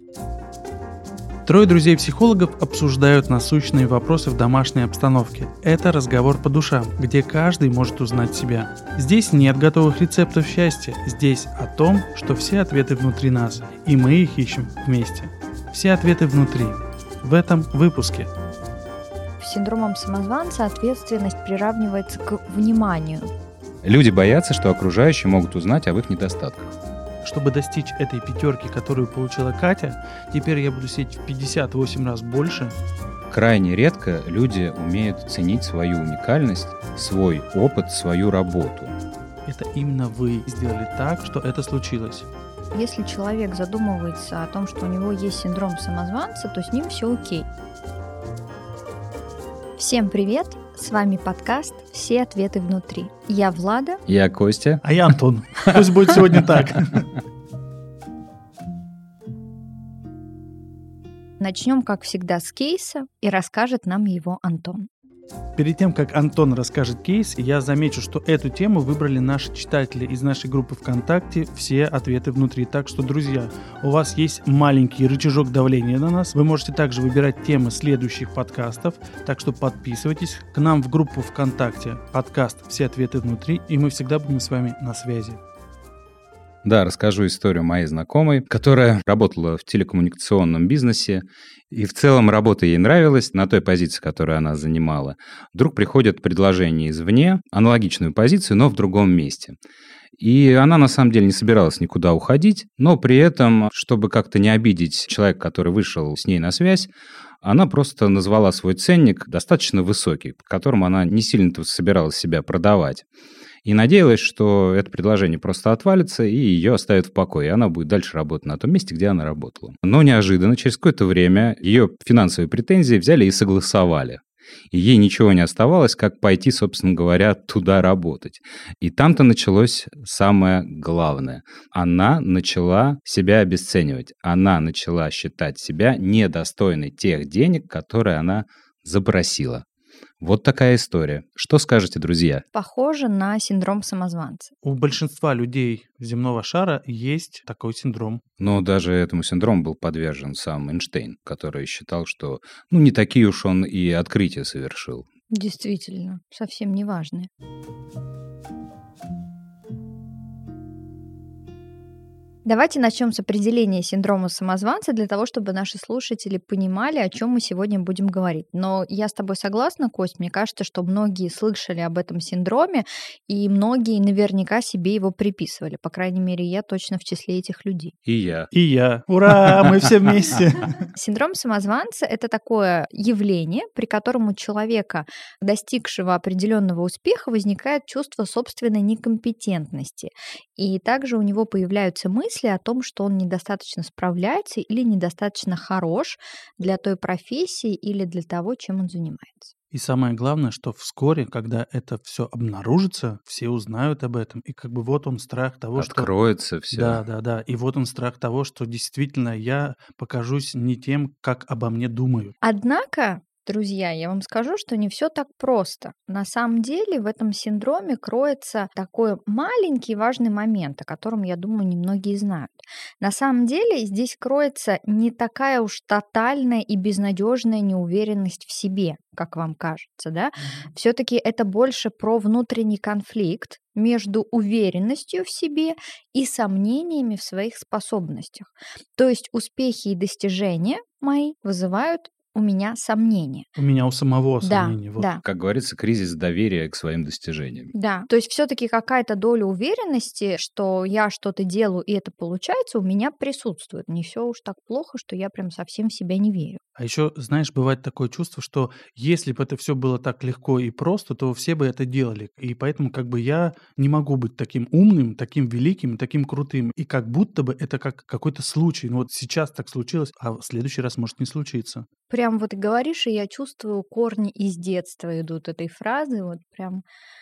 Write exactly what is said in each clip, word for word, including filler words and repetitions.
Трое друзей-психологов обсуждают насущные вопросы в домашней обстановке. Это разговор по душам, где каждый может узнать себя. Здесь нет готовых рецептов счастья. Здесь о том, что все ответы внутри нас, и мы их ищем вместе. Все ответы внутри. В этом выпуске. Синдромом самозванца ответственность приравнивается к вниманию. Люди боятся, что окружающие могут узнать об их недостатках. Чтобы достичь этой пятерки, которую получила Катя, теперь я буду сидеть в пятьдесят восемь раз больше. Крайне редко люди умеют ценить свою уникальность, свой опыт, свою работу. Это именно вы сделали так, что это случилось. Если человек задумывается о том, что у него есть синдром самозванца, то с ним все окей. Всем привет! С вами подкаст «Все ответы внутри». Я Влада. Я Костя. А я Антон. Пусть будет сегодня так. Начнем, как всегда, с кейса, и расскажет нам его Антон. Перед тем, как Антон расскажет кейс, я замечу, что эту тему выбрали наши читатели из нашей группы ВКонтакте «Все ответы внутри». Так что, друзья, у вас есть маленький рычажок давления на нас. Вы можете также выбирать темы следующих подкастов. Так что подписывайтесь к нам в группу ВКонтакте подкаст «Все ответы внутри», и мы всегда будем с вами на связи. Да, расскажу историю моей знакомой, которая работала в телекоммуникационном бизнесе, и в целом работа ей нравилась на той позиции, которую она занимала. Вдруг приходит предложение извне, аналогичную позицию, но в другом месте. И она на самом деле не собиралась никуда уходить, но при этом, чтобы как-то не обидеть человека, который вышел с ней на связь, она просто назвала свой ценник достаточно высокий, по которому она не сильно-то собиралась себя продавать. И надеялась, что это предложение просто отвалится и ее оставят в покое, и она будет дальше работать на том месте, где она работала. Но неожиданно, через какое-то время, ее финансовые претензии взяли и согласовали. И ей ничего не оставалось, как пойти, собственно говоря, туда работать. И там-то началось самое главное. Она начала себя обесценивать. Она начала считать себя недостойной тех денег, которые она запросила. Вот такая история. Что скажете, друзья? Похоже на синдром самозванца. У большинства людей земного шара есть такой синдром. Но даже этому синдрому был подвержен сам Эйнштейн, который считал, что ну, не такие уж он и открытия совершил. Действительно, совсем неважные. Давайте начнем с определения синдрома самозванца для того, чтобы наши слушатели понимали, о чем мы сегодня будем говорить. Но я с тобой согласна, Кость, мне кажется, что многие слышали об этом синдроме, и многие наверняка себе его приписывали. По крайней мере, я точно в числе этих людей. И я. И я. Ура, мы все вместе. Синдром самозванца – это такое явление, при котором у человека, достигшего определенного успеха, возникает чувство собственной некомпетентности. И также у него появляются мысли о том, что он недостаточно справляется или недостаточно хорош для той профессии или для того, чем он занимается. И самое главное, что вскоре, когда это все обнаружится, все узнают об этом. И как бы вот он страх того, что... Откроется все. Да, да, да. И вот он страх того, что действительно я покажусь не тем, как обо мне думают. Однако, друзья, я вам скажу, что не все так просто. На самом деле в этом синдроме кроется такой маленький важный момент, о котором, я думаю, немногие знают. На самом деле здесь кроется не такая уж тотальная и безнадежная неуверенность в себе, как вам кажется, да? Mm-hmm. Все-таки это больше про внутренний конфликт между уверенностью в себе и сомнениями в своих способностях. То есть успехи и достижения мои вызывают у меня сомнения. У меня у самого да, сомнения. Вот. Да. Как говорится, кризис доверия к своим достижениям. Да, то есть все-таки какая-то доля уверенности, что я что-то делаю и это получается, у меня присутствует. Не все уж так плохо, что я прям совсем в себя не верю. А еще, знаешь, бывает такое чувство, что если бы это все было так легко и просто, то все бы это делали. И поэтому как бы я не могу быть таким умным, таким великим, таким крутым. И как будто бы это как какой-то случай. Ну вот сейчас так случилось, а в следующий раз может не случиться. Прям вот говоришь, и я чувствую, корни из детства идут этой фразы, вот прям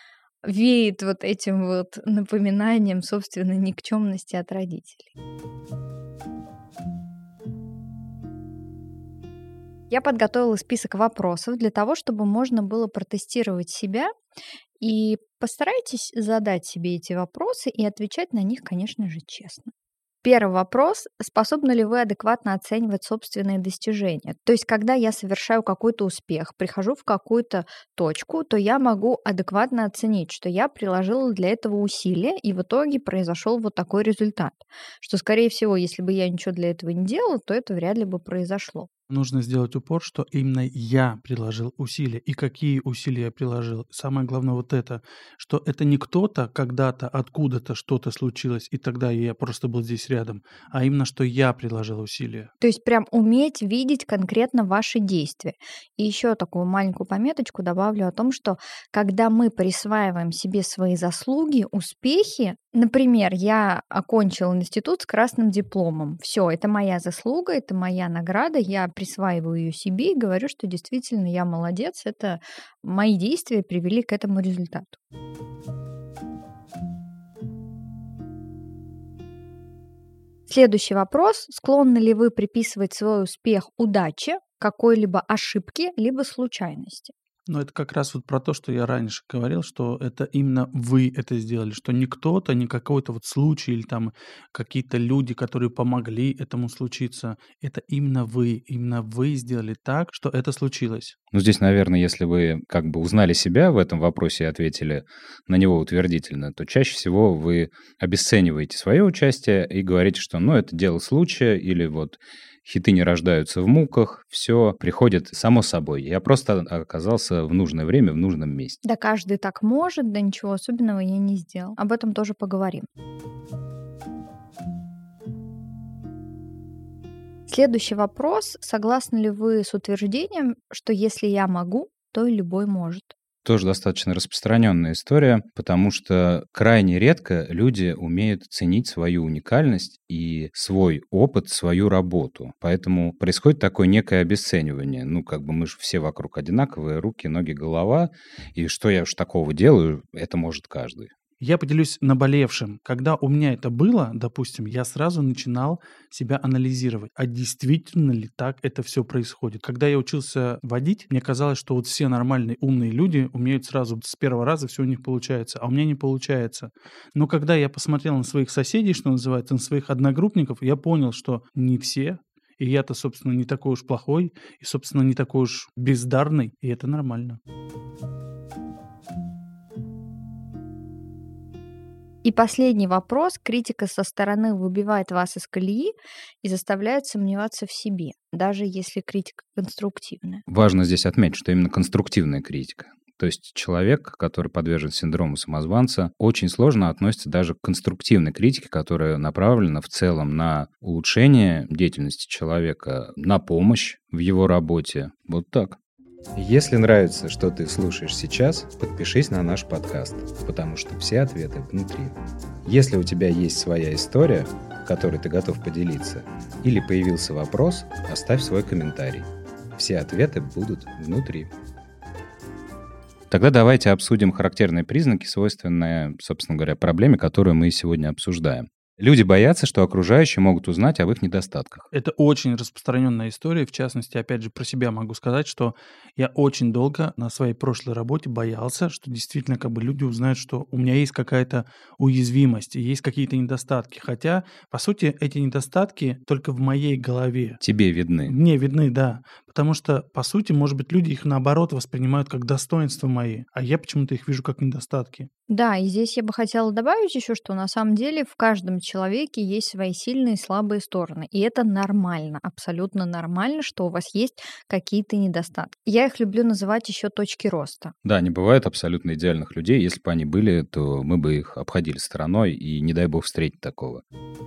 веет вот этим вот напоминанием собственной никчемности от родителей. Я подготовила список вопросов для того, чтобы можно было протестировать себя, и постарайтесь задать себе эти вопросы и отвечать на них, конечно же, честно. Первый вопрос: способны ли вы адекватно оценивать собственные достижения? То есть, когда я совершаю какой-то успех, прихожу в какую-то точку, то я могу адекватно оценить, что я приложила для этого усилия, и в итоге произошел вот такой результат. Что, скорее всего, если бы я ничего для этого не делала, то это вряд ли бы произошло. Нужно сделать упор, что именно я приложил усилия. И какие усилия я приложил. Самое главное вот это, что это не кто-то когда-то, откуда-то что-то случилось, и тогда я просто был здесь рядом, а именно, что я приложил усилия. То есть прям уметь видеть конкретно ваши действия. И еще такую маленькую пометочку добавлю о том, что когда мы присваиваем себе свои заслуги, успехи, например, я окончил институт с красным дипломом, все, это моя заслуга, это моя награда, я присваиваю ее себе и говорю, что действительно я молодец, это мои действия привели к этому результату. Следующий вопрос: склонны ли вы приписывать свой успех удаче, какой-либо ошибке, либо случайности? Но это как раз вот про то, что я раньше говорил, что это именно вы это сделали, что не кто-то, не какой-то вот случай или там какие-то люди, которые помогли этому случиться. Это именно вы, именно вы сделали так, что это случилось. Ну, здесь, наверное, если вы как бы узнали себя в этом вопросе и ответили на него утвердительно, то чаще всего вы обесцениваете свое участие и говорите, что, ну, это дело случая, или вот хиты не рождаются в муках, все приходит само собой. Я просто оказался в нужное время, в нужном месте. Да каждый так может, да ничего особенного я не сделал. Об этом тоже поговорим. Следующий вопрос: согласны ли вы с утверждением, что если я могу, то и любой может? Тоже достаточно распространенная история, потому что крайне редко люди умеют ценить свою уникальность и свой опыт, свою работу. Поэтому происходит такое некое обесценивание. Ну, как бы мы же все вокруг одинаковые, руки, ноги, голова. И что я уж такого делаю, это может каждый. Я поделюсь наболевшим. Когда у меня это было, допустим, я сразу начинал себя анализировать, а действительно ли так это все происходит. Когда я учился водить, мне казалось, что вот все нормальные, умные люди умеют сразу с первого раза, все у них получается, а у меня не получается. Но когда я посмотрел на своих соседей, что называется, на своих одногруппников, я понял, что не все, и я-то, собственно, не такой уж плохой, и, собственно, не такой уж бездарный, и это нормально. И последний вопрос: критика со стороны выбивает вас из колеи и заставляет сомневаться в себе, даже если критика конструктивная. Важно здесь отметить, что именно конструктивная критика. То есть человек, который подвержен синдрому самозванца, очень сложно относится даже к конструктивной критике, которая направлена в целом на улучшение деятельности человека, на помощь в его работе. Вот так. Если нравится, что ты слушаешь сейчас, подпишись на наш подкаст, потому что все ответы внутри. Если у тебя есть своя история, которой ты готов поделиться, или появился вопрос, оставь свой комментарий. Все ответы будут внутри. Тогда давайте обсудим характерные признаки, свойственные, собственно говоря, проблеме, которую мы сегодня обсуждаем. Люди боятся, что окружающие могут узнать об их недостатках. Это очень распространенная история. В частности, опять же, про себя могу сказать, что я очень долго на своей прошлой работе боялся, что действительно как бы люди узнают, что у меня есть какая-то уязвимость, и есть какие-то недостатки. Хотя, по сути, эти недостатки только в моей голове. Тебе видны. Мне видны, да. Потому что, по сути, может быть, люди их наоборот воспринимают как достоинства мои, а я почему-то их вижу как недостатки. Да, и здесь я бы хотела добавить еще, что на самом деле в каждом человеке есть свои сильные и слабые стороны. И это нормально, абсолютно нормально, что у вас есть какие-то недостатки. Я их люблю называть еще точки роста. Да, не бывает абсолютно идеальных людей. Если бы они были, то мы бы их обходили стороной, и не дай бог встретить такого.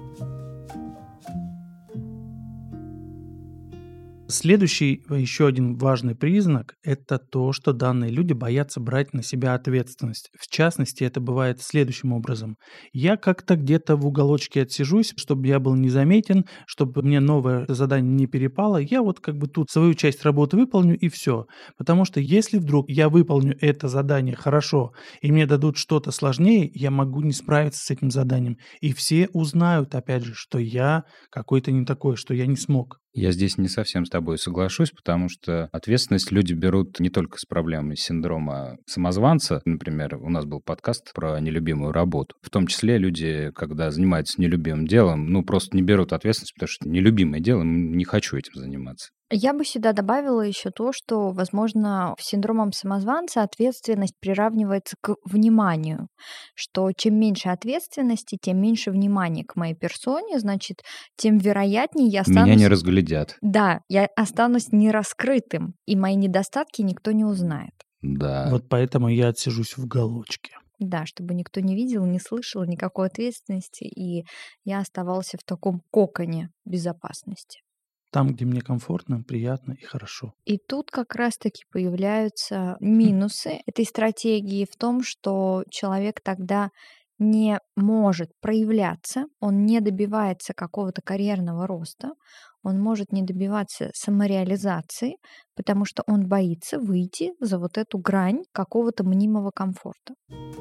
Следующий, еще один важный признак– это то, что данные люди боятся брать на себя ответственность. В частности, это бывает следующим образом. Я как-то где-то в уголочке отсижусь, чтобы я был незаметен, чтобы мне новое задание не перепало. Я вот как бы тут свою часть работы выполню и все. Потому что если вдруг я выполню это задание хорошо, и мне дадут что-то сложнее, я могу не справиться с этим заданием. И все узнают, опять же, что я какой-то не такой, что я не смог. Я здесь не совсем с тобой соглашусь, потому что ответственность люди берут не только с проблемой синдрома самозванца. Например, у нас был подкаст про нелюбимую работу. В том числе люди, когда занимаются нелюбимым делом, ну, просто не берут ответственность, потому что нелюбимое дело, м, не хочу этим заниматься. Я бы сюда добавила еще то, что, возможно, в синдромом самозванца ответственность приравнивается к вниманию, что чем меньше ответственности, тем меньше внимания к моей персоне, значит, тем вероятнее я Меня не останусь... разглядят. Да, я останусь нераскрытым, и мои недостатки никто не узнает. Да. Вот поэтому я отсижусь в уголочке. Да, чтобы никто не видел, не слышал никакой ответственности, и я оставался в таком коконе безопасности. Там, где мне комфортно, приятно и хорошо. И тут как раз-таки появляются минусы этой стратегии в том, что человек тогда не может проявляться, он не добивается какого-то карьерного роста, он может не добиваться самореализации, потому что он боится выйти за вот эту грань какого-то мнимого комфорта.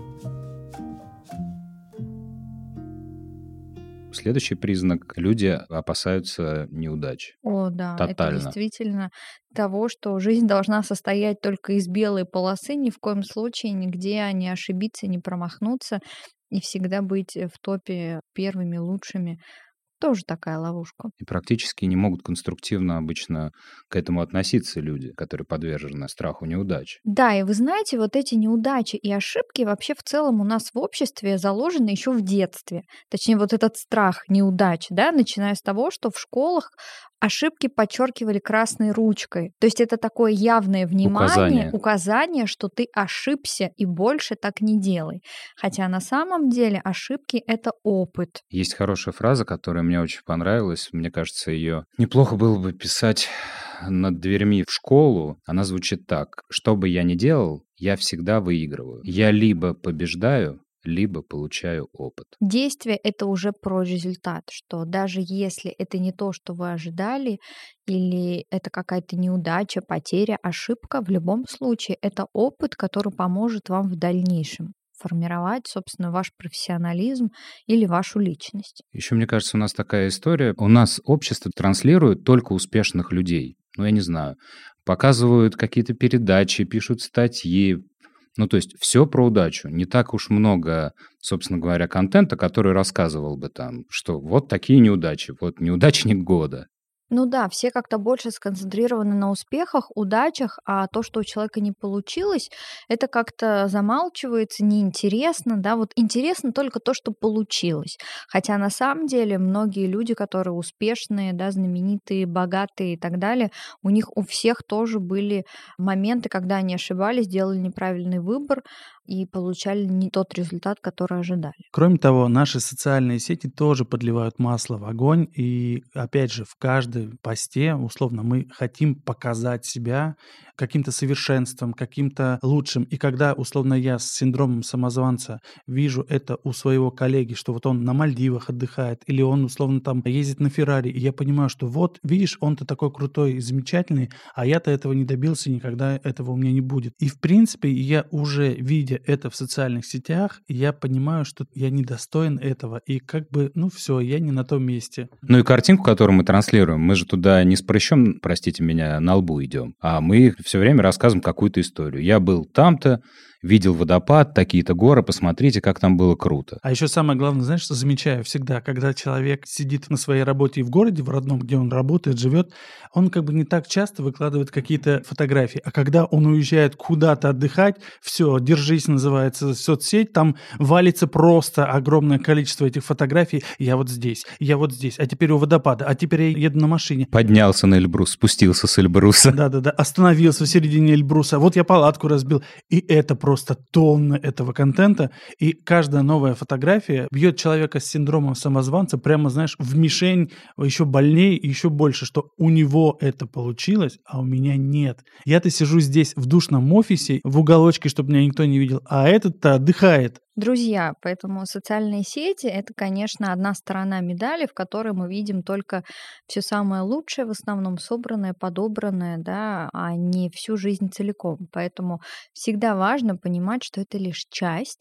Следующий признак. Люди опасаются неудач. О, да, это Тотально. действительно того, что жизнь должна состоять только из белой полосы, ни в коем случае нигде не ошибиться, не промахнуться и всегда быть в топе первыми, лучшими. Тоже такая ловушка. И практически не могут конструктивно обычно к этому относиться люди, которые подвержены страху неудач. Да, и вы знаете, вот эти неудачи и ошибки вообще в целом у нас в обществе заложены еще в детстве. Точнее, вот этот страх неудач, да, начиная с того, что в школах ошибки подчеркивали красной ручкой. То есть это такое явное внимание, Указание. указание, что ты ошибся и больше так не делай. Хотя на самом деле ошибки — это опыт. Есть хорошая фраза, которая мне очень понравилась. Мне кажется, ее неплохо было бы писать над дверьми в школу. Она звучит так. Что бы я ни делал, я всегда выигрываю. Я либо побеждаю, либо получаю опыт. Действие — это уже про результат, что даже если это не то, что вы ожидали, или это какая-то неудача, потеря, ошибка, в любом случае это опыт, который поможет вам в дальнейшем формировать, собственно, ваш профессионализм или вашу личность. Еще, мне кажется, у нас такая история. У нас общество транслирует только успешных людей. Ну, я не знаю. Показывают какие-то передачи, пишут статьи. Ну, то есть все про удачу. Не так уж много, собственно говоря, контента, который рассказывал бы там, что вот такие неудачи, вот неудачник года. Ну да, все как-то больше сконцентрированы на успехах, удачах, а то, что у человека не получилось, это как-то замалчивается, неинтересно, да, вот интересно только то, что получилось. Хотя на самом деле многие люди, которые успешные, да, знаменитые, богатые и так далее, у них у всех тоже были моменты, когда они ошибались, делали неправильный выбор и получали не тот результат, который ожидали. Кроме того, наши социальные сети тоже подливают масло в огонь. И опять же, в каждой посте, условно, мы хотим показать себя каким-то совершенством, каким-то лучшим. И когда, условно, я с синдромом самозванца вижу это у своего коллеги, что вот он на Мальдивах отдыхает, или он, условно, там ездит на Феррари, и я понимаю, что вот, видишь, он-то такой крутой и замечательный, а я-то этого не добился, никогда этого у меня не будет. И, в принципе, я уже, видя это в социальных сетях, я понимаю, что я недостоин этого, и как бы, ну все, я не на том месте. Ну и картинку, которую мы транслируем, мы же туда не с прыщом, простите меня, на лбу идем, а мы все время рассказываем какую-то историю. Я был там-то, видел водопад, такие-то горы, посмотрите, как там было круто. А еще самое главное, знаешь, что замечаю всегда, когда человек сидит на своей работе и в городе, в родном, где он работает, живет, он как бы не так часто выкладывает какие-то фотографии. А когда он уезжает куда-то отдыхать, все, держись, называется соцсеть, там валится просто огромное количество этих фотографий. Я вот здесь, я вот здесь, а теперь у водопада, а теперь я еду на машине. Поднялся на Эльбрус, спустился с Эльбруса. Да-да-да, остановился в середине Эльбруса, вот я палатку разбил. И это просто тонна этого контента, и каждая новая фотография бьет человека с синдромом самозванца прямо, знаешь, в мишень еще больнее и еще больше, что у него это получилось, а у меня нет. Я-то сижу здесь в душном офисе, в уголочке, чтобы меня никто не видел, а этот-то отдыхает. Друзья, поэтому социальные сети — это, конечно, одна сторона медали, в которой мы видим только все самое лучшее, в основном собранное, подобранное, да, а не всю жизнь целиком. Поэтому всегда важно понимать, что это лишь часть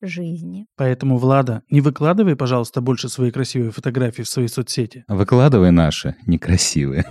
жизни. Поэтому, Влада, не выкладывай, пожалуйста, больше свои красивые фотографии в свои соцсети. Выкладывай наши некрасивые.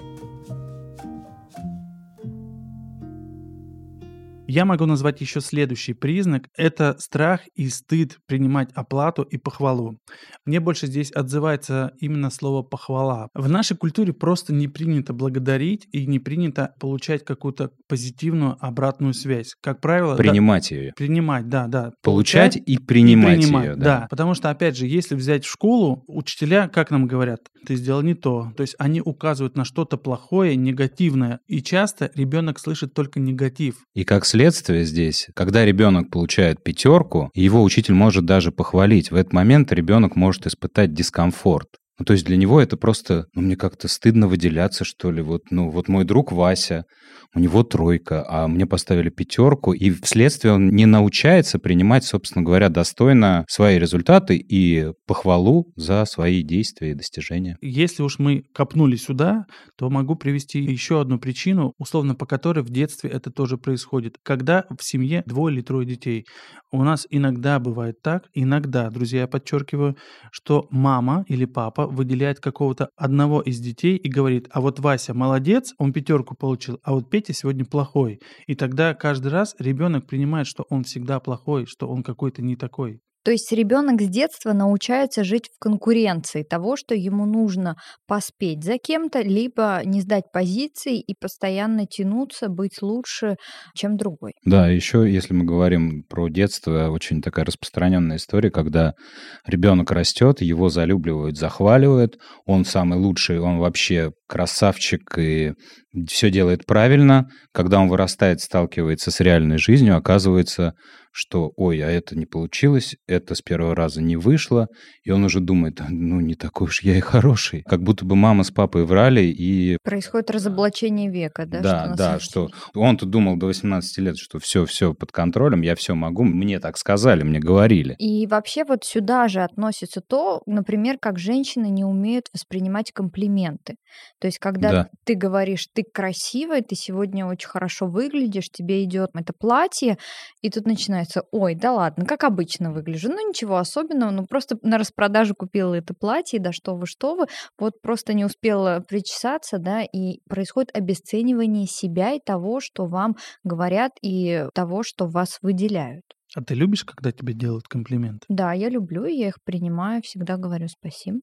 Я могу назвать еще следующий признак. Это страх и стыд принимать оплату и похвалу. Мне больше здесь отзывается именно слово «похвала». В нашей культуре просто не принято благодарить и не принято получать какую-то позитивную обратную связь. Как правило... Принимать да, ее. Принимать, да, да. Получать и принимать, и принимать ее. да. Да. Потому что, опять же, если взять в школу, учителя, как нам говорят, ты сделал не то. То есть они указывают на что-то плохое, негативное. И часто ребенок слышит только негатив. И как следствие здесь, когда ребенок получает пятерку, его учитель может даже похвалить. В этот момент ребенок может испытать дискомфорт. Ну, то есть для него это просто, ну, мне как-то стыдно выделяться, что ли. Вот, ну, вот мой друг Вася, у него тройка, а мне поставили пятерку, и вследствие он не научается принимать, собственно говоря, достойно свои результаты и похвалу за свои действия и достижения. Если уж мы копнули сюда, то могу привести еще одну причину, условно по которой в детстве это тоже происходит. Когда в семье двое или трое детей, у нас иногда бывает так, иногда, друзья, я подчеркиваю, что мама или папа выделяет какого-то одного из детей и говорит: а вот Вася молодец, он пятерку получил, а вот Петя сегодня плохой. И тогда каждый раз ребенок принимает, что он всегда плохой, что он какой-то не такой. То есть ребенок с детства научается жить в конкуренции того, что ему нужно поспеть за кем-то, либо не сдать позиции и постоянно тянуться, быть лучше, чем другой. Да, еще если мы говорим про детство, очень такая распространенная история, когда ребенок растет, его залюбливают, захваливают, он самый лучший, он вообще красавчик и все делает правильно. Когда он вырастает, сталкивается с реальной жизнью, оказывается, что ой, а это не получилось, это с первого раза не вышло, и он уже думает, ну не такой уж я и хороший. Как будто бы мама с папой врали, и... Происходит разоблачение века, да? Да, что да, что он-то думал до восемнадцати лет, что все, все под контролем, я все могу, мне так сказали, мне говорили. И вообще вот сюда же относится то, например, как женщины не умеют воспринимать комплименты. То есть когда Да. ты говоришь, ты красивая, ты сегодня очень хорошо выглядишь, тебе идет это платье, и тут начинается, ой, да ладно, как обычно выгляжу, ну ничего особенного, ну просто на распродажу купила это платье, да что вы, что вы, вот просто не успела причесаться, да, и происходит обесценивание себя и того, что вам говорят, и того, что вас выделяют. А ты любишь, когда тебе делают комплименты? Да, я люблю, я их принимаю, всегда говорю спасибо.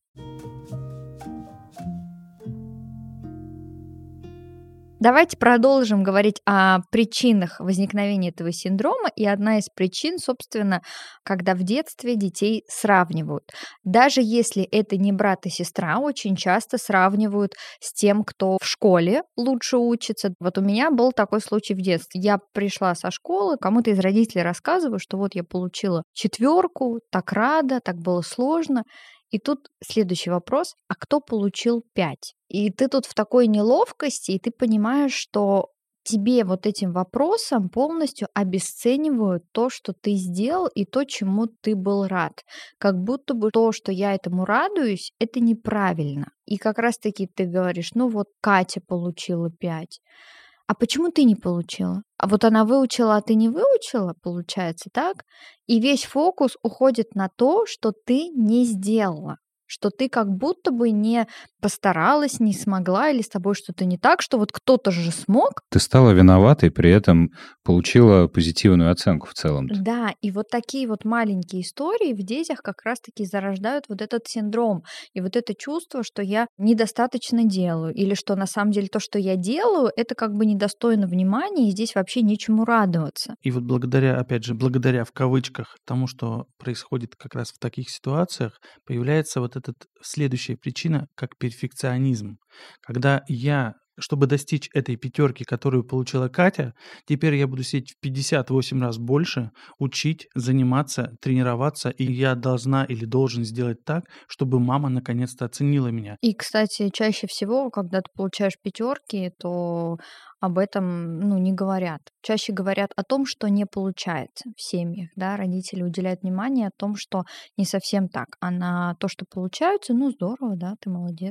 Давайте продолжим говорить о причинах возникновения этого синдрома. И одна из причин, собственно, когда в детстве детей сравнивают. Даже если это не брат и сестра, очень часто сравнивают с тем, кто в школе лучше учится. Вот у меня был такой случай в детстве. Я пришла со школы, кому-то из родителей рассказываю, что вот я получила четверку, так рада, так было сложно. И тут следующий вопрос, а кто получил пять? И ты тут в такой неловкости, и ты понимаешь, что тебе вот этим вопросом полностью обесценивают то, что ты сделал, и то, чему ты был рад. Как будто бы то, что я этому радуюсь, это неправильно. И как раз-таки ты говоришь, ну вот Катя получила пять. А почему ты не получила? А вот она выучила, а ты не выучила, получается, так? И весь фокус уходит на то, что ты не сделала, что ты как будто бы не постаралась, не смогла, или с тобой что-то не так, что вот кто-то же смог. Ты стала виноватой, при этом получила позитивную оценку в целом-то. Да, и вот такие вот маленькие истории в детях как раз-таки зарождают вот этот синдром и вот это чувство, что я недостаточно делаю, или что на самом деле то, что я делаю, это как бы недостойно внимания, и здесь вообще нечему радоваться. И вот благодаря, опять же, благодаря в кавычках тому, что происходит как раз в таких ситуациях, появляется вот эта следующая причина, как перфекционизм. Когда я, чтобы достичь этой пятерки, которую получила Катя, теперь я буду сидеть в пятьдесят восемь раз больше, учить, заниматься, тренироваться, и я должна или должен сделать так, чтобы мама наконец-то оценила меня. И, кстати, чаще всего, когда ты получаешь пятерки, то об этом, ну, не говорят. Чаще говорят о том, что не получается в семьях, да, родители уделяют внимание о том, что не совсем так, а на то, что получается, ну, здорово, да, ты молодец.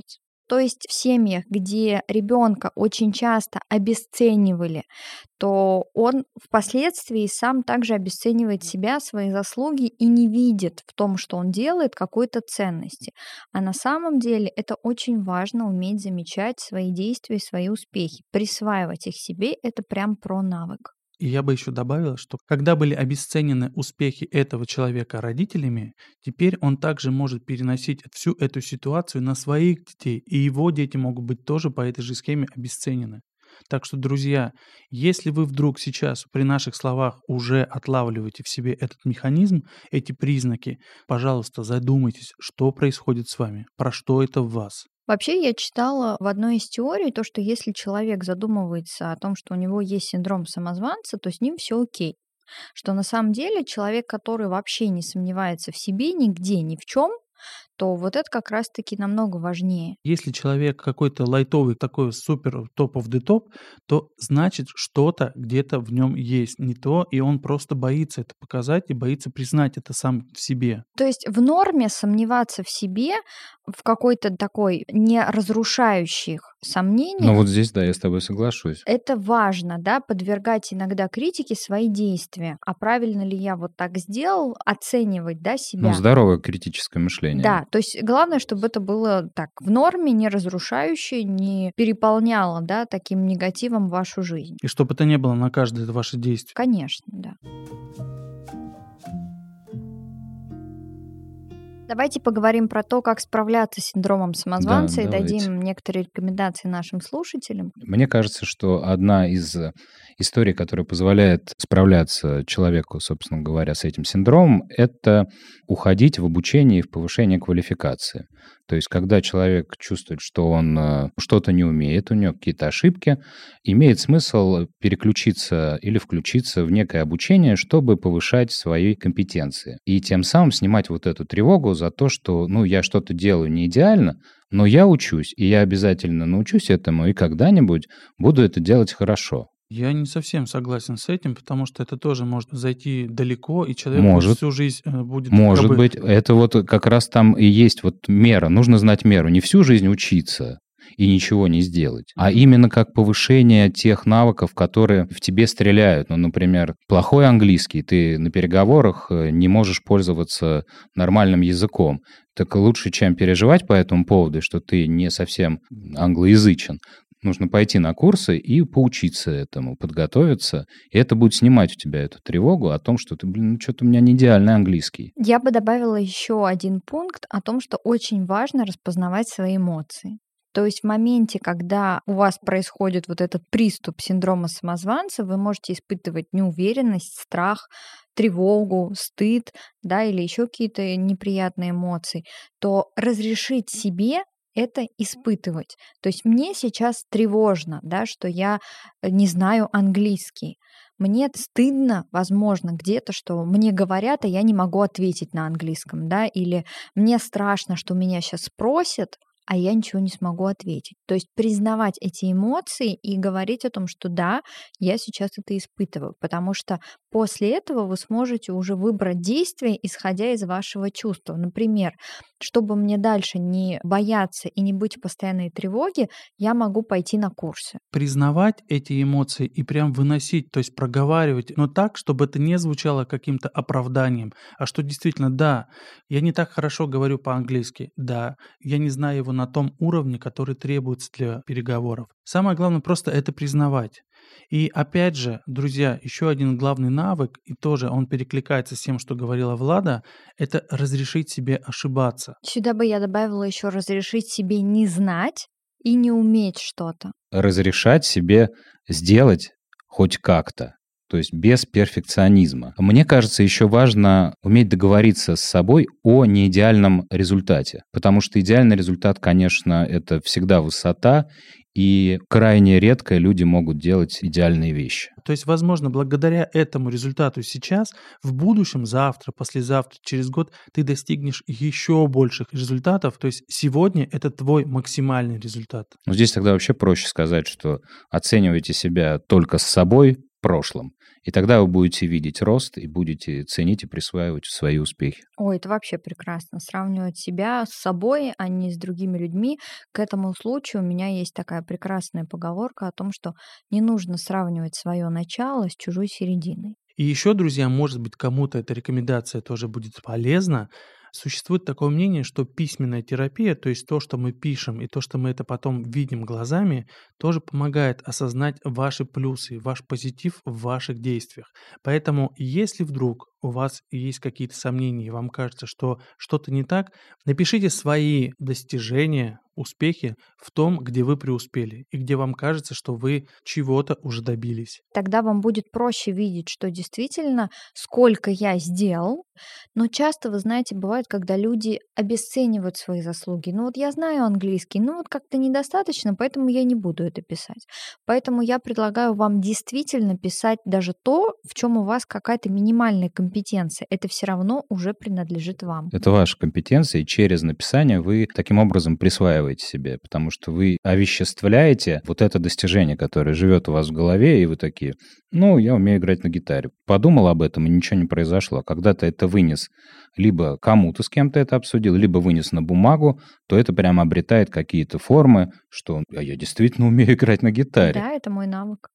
То есть в семьях, где ребенка очень часто обесценивали, то он впоследствии сам также обесценивает себя, свои заслуги и не видит в том, что он делает, какой-то ценности. А на самом деле это очень важно уметь замечать свои действия, свои успехи, присваивать их себе. Это прям про навык. И я бы еще добавил, что когда были обесценены успехи этого человека родителями, теперь он также может переносить всю эту ситуацию на своих детей, и его дети могут быть тоже по этой же схеме обесценены. Так что, друзья, если вы вдруг сейчас при наших словах уже отлавливаете в себе этот механизм, эти признаки, пожалуйста, задумайтесь, что происходит с вами, про что это в вас. Вообще, я читала в одной из теорий то, что если человек задумывается о том, что у него есть синдром самозванца, то с ним все окей. Что на самом деле человек, который вообще не сомневается в себе нигде, ни в чем, то вот это как раз-таки намного важнее. Если человек какой-то лайтовый, такой супер топ of the топ, то значит что-то где-то в нем есть не то, и он просто боится это показать и боится признать это сам в себе. То есть в норме сомневаться в себе в какой-то такой не разрушающих сомнениях. Ну вот здесь, да, я с тобой соглашусь. Это важно, да, подвергать иногда критике свои действия. А правильно ли я вот так сделал, оценивать, да, себя. Ну, здоровое критическое мышление. Да, то есть главное, чтобы это было так в норме, не разрушающе, не переполняло, да, таким негативом вашу жизнь. И чтобы это не было на каждое ваше действие. Конечно, да. Давайте поговорим про то, как справляться с синдромом самозванца, Да, и давайте. дадим некоторые рекомендации нашим слушателям. Мне кажется, что одна из э, историй, которая позволяет справляться человеку, собственно говоря, с этим синдромом, это уходить в обучение и в повышение квалификации. То есть, когда человек чувствует, что он э, что-то не умеет, у него какие-то ошибки, имеет смысл переключиться или включиться в некое обучение, чтобы повышать свои компетенции. И тем самым снимать вот эту тревогу за то, что, ну, я что-то делаю не идеально, но я учусь, и я обязательно научусь этому, и когда-нибудь буду это делать хорошо. Я не совсем согласен с этим, потому что это тоже может зайти далеко, и человек Может. всю жизнь э, будет... Может как бы- быть, это вот как раз там и есть вот мера. Нужно знать меру. Не всю жизнь учиться и ничего не сделать, а именно как повышение тех навыков, которые в тебе стреляют. Ну, например, плохой английский, ты на переговорах э, не можешь пользоваться нормальным языком. Так лучше, чем переживать по этому поводу, что ты не совсем англоязычен, нужно пойти на курсы и поучиться этому, подготовиться, и это будет снимать у тебя эту тревогу о том, что ты, блин, ну что-то у меня не идеальный английский. Я бы добавила еще один пункт о том, что очень важно распознавать свои эмоции. То есть в моменте, когда у вас происходит вот этот приступ синдрома самозванца, вы можете испытывать неуверенность, страх, тревогу, стыд, да, или еще какие-то неприятные эмоции, то разрешить себе это испытывать. То есть мне сейчас тревожно, да, что я не знаю английский. Мне стыдно, возможно, где-то, что мне говорят, а я не могу ответить на английском, да, или мне страшно, что меня сейчас спросят, а я ничего не смогу ответить. То есть признавать эти эмоции и говорить о том, что да, я сейчас это испытываю, потому что после этого вы сможете уже выбрать действие, исходя из вашего чувства. Например, чтобы мне дальше не бояться и не быть в постоянной тревоге, я могу пойти на курсы. Признавать эти эмоции и прям выносить, то есть проговаривать, но так, чтобы это не звучало каким-то оправданием, а что действительно, да, я не так хорошо говорю по-английски, да, я не знаю его на том уровне, который требуется для переговоров. Самое главное просто это признавать. И опять же, друзья, еще один главный навык, и тоже он перекликается с тем, что говорила Влада, это разрешить себе ошибаться. Сюда бы я добавила еще разрешить себе не знать и не уметь что-то. Разрешать себе сделать хоть как-то, то есть без перфекционизма. Мне кажется, еще важно уметь договориться с собой о неидеальном результате, потому что идеальный результат, конечно, это всегда высота, и крайне редко люди могут делать идеальные вещи. То есть, возможно, благодаря этому результату сейчас, в будущем, завтра, послезавтра, через год, ты достигнешь еще больших результатов. То есть сегодня это твой максимальный результат. Но здесь тогда вообще проще сказать, что оценивайте себя только с собой, прошлом. И тогда вы будете видеть рост и будете ценить и присваивать свои успехи. Ой, это вообще прекрасно. Сравнивать себя с собой, а не с другими людьми. К этому случаю у меня есть такая прекрасная поговорка о том, что не нужно сравнивать свое начало с чужой серединой. И еще, друзья, может быть, кому-то эта рекомендация тоже будет полезна. Существует такое мнение, что письменная терапия, то есть то, что мы пишем, и то, что мы это потом видим глазами, тоже помогает осознать ваши плюсы, ваш позитив в ваших действиях. Поэтому, если вдруг у вас есть какие-то сомнения, и вам кажется, что что-то не так, напишите свои достижения, успехи в том, где вы преуспели, и где вам кажется, что вы чего-то уже добились. Тогда вам будет проще видеть, что действительно, сколько я сделал. Но часто, вы знаете, бывает, когда люди обесценивают свои заслуги. Ну вот я знаю английский, ну вот как-то недостаточно, поэтому я не буду это писать. Поэтому я предлагаю вам действительно писать даже то, в чем у вас какая-то минимальная компетенция. Это все равно уже принадлежит вам. Это ваша компетенция, и через написание вы таким образом присваиваете себе, потому что вы овеществляете вот это достижение, которое живет у вас в голове, и вы такие, ну, я умею играть на гитаре. Подумал об этом, и ничего не произошло. Когда ты это вынес, либо кому-то с кем-то это обсудил, либо вынес на бумагу, то это прямо обретает какие-то формы, что а я действительно умею играть на гитаре. Да, это мой навык.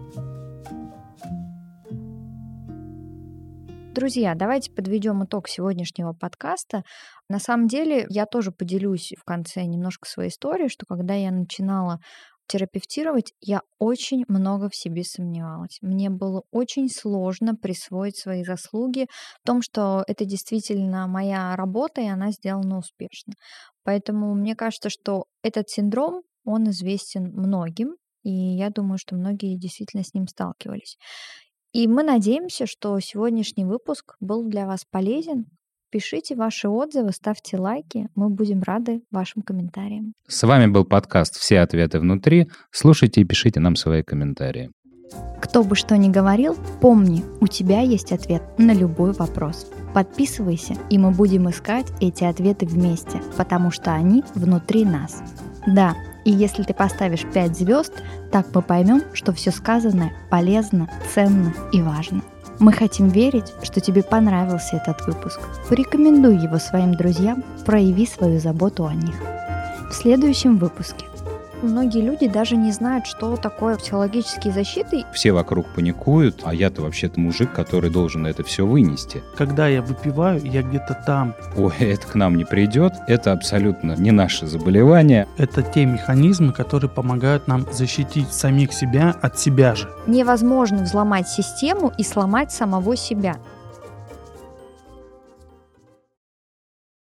Друзья, давайте подведем итог сегодняшнего подкаста. На самом деле, я тоже поделюсь в конце немножко своей историей, что когда я начинала терапевтировать, я очень много в себе сомневалась. Мне было очень сложно присвоить свои заслуги в том, что это действительно моя работа, и она сделана успешно. Поэтому мне кажется, что этот синдром, он известен многим, и я думаю, что многие действительно с ним сталкивались. И мы надеемся, что сегодняшний выпуск был для вас полезен. Пишите ваши отзывы, ставьте лайки. Мы будем рады вашим комментариям. С вами был подкаст «Все ответы внутри». Слушайте и пишите нам свои комментарии. Кто бы что ни говорил, помни, у тебя есть ответ на любой вопрос. Подписывайся, и мы будем искать эти ответы вместе, потому что они внутри нас. Да, и если ты поставишь пять звезд, так мы поймем, что все сказанное полезно, ценно и важно. Мы хотим верить, что тебе понравился этот выпуск. Порекомендуй его своим друзьям, прояви свою заботу о них. В следующем выпуске. Многие люди даже не знают, что такое психологические защиты. Все вокруг паникуют, а я-то вообще-то мужик, который должен это все вынести. Когда я выпиваю, я где-то там. Ой, это к нам не придет, это абсолютно не наше заболевание. Это те механизмы, которые помогают нам защитить самих себя от себя же. Невозможно взломать систему и сломать самого себя.